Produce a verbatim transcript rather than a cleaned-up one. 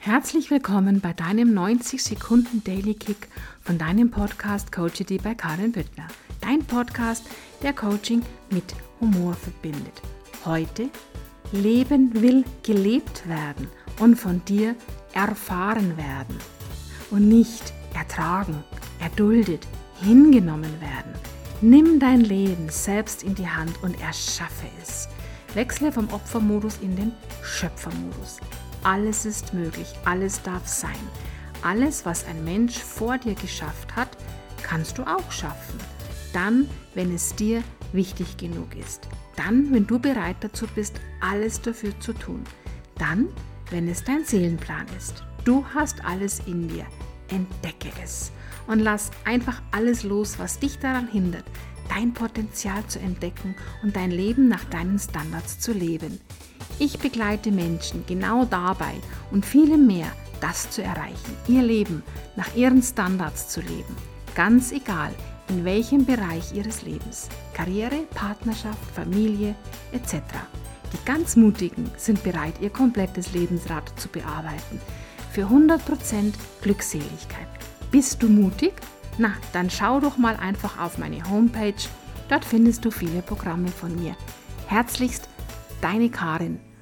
Herzlich willkommen bei deinem neunzig Sekunden Daily Kick von deinem Podcast Coachity bei Karin Büttner. Dein Podcast, der Coaching mit Humor verbindet. Heute: Leben will gelebt werden und von dir erfahren werden und nicht ertragen, erduldet, hingenommen werden. Nimm dein Leben selbst in die Hand und erschaffe es. Wechsle vom Opfermodus in den Schöpfermodus. Alles ist möglich, alles darf sein. Alles, was ein Mensch vor dir geschafft hat, kannst du auch schaffen. Dann, wenn es dir wichtig genug ist. Dann, wenn du bereit dazu bist, alles dafür zu tun. Dann, wenn es dein Seelenplan ist. Du hast alles in dir. Entdecke es und lass einfach alles los, was dich daran hindert, dein Potenzial zu entdecken und dein Leben nach deinen Standards zu leben. Ich begleite Menschen genau dabei und viele mehr, das zu erreichen, ihr Leben nach ihren Standards zu leben. Ganz egal, in welchem Bereich ihres Lebens, Karriere, Partnerschaft, Familie et cetera. Die ganz Mutigen sind bereit, ihr komplettes Lebensrad zu bearbeiten. Für hundert Prozent Glückseligkeit. Bist du mutig? Na, dann schau doch mal einfach auf meine Homepage. Dort findest du viele Programme von mir. Herzlichst, deine Karin.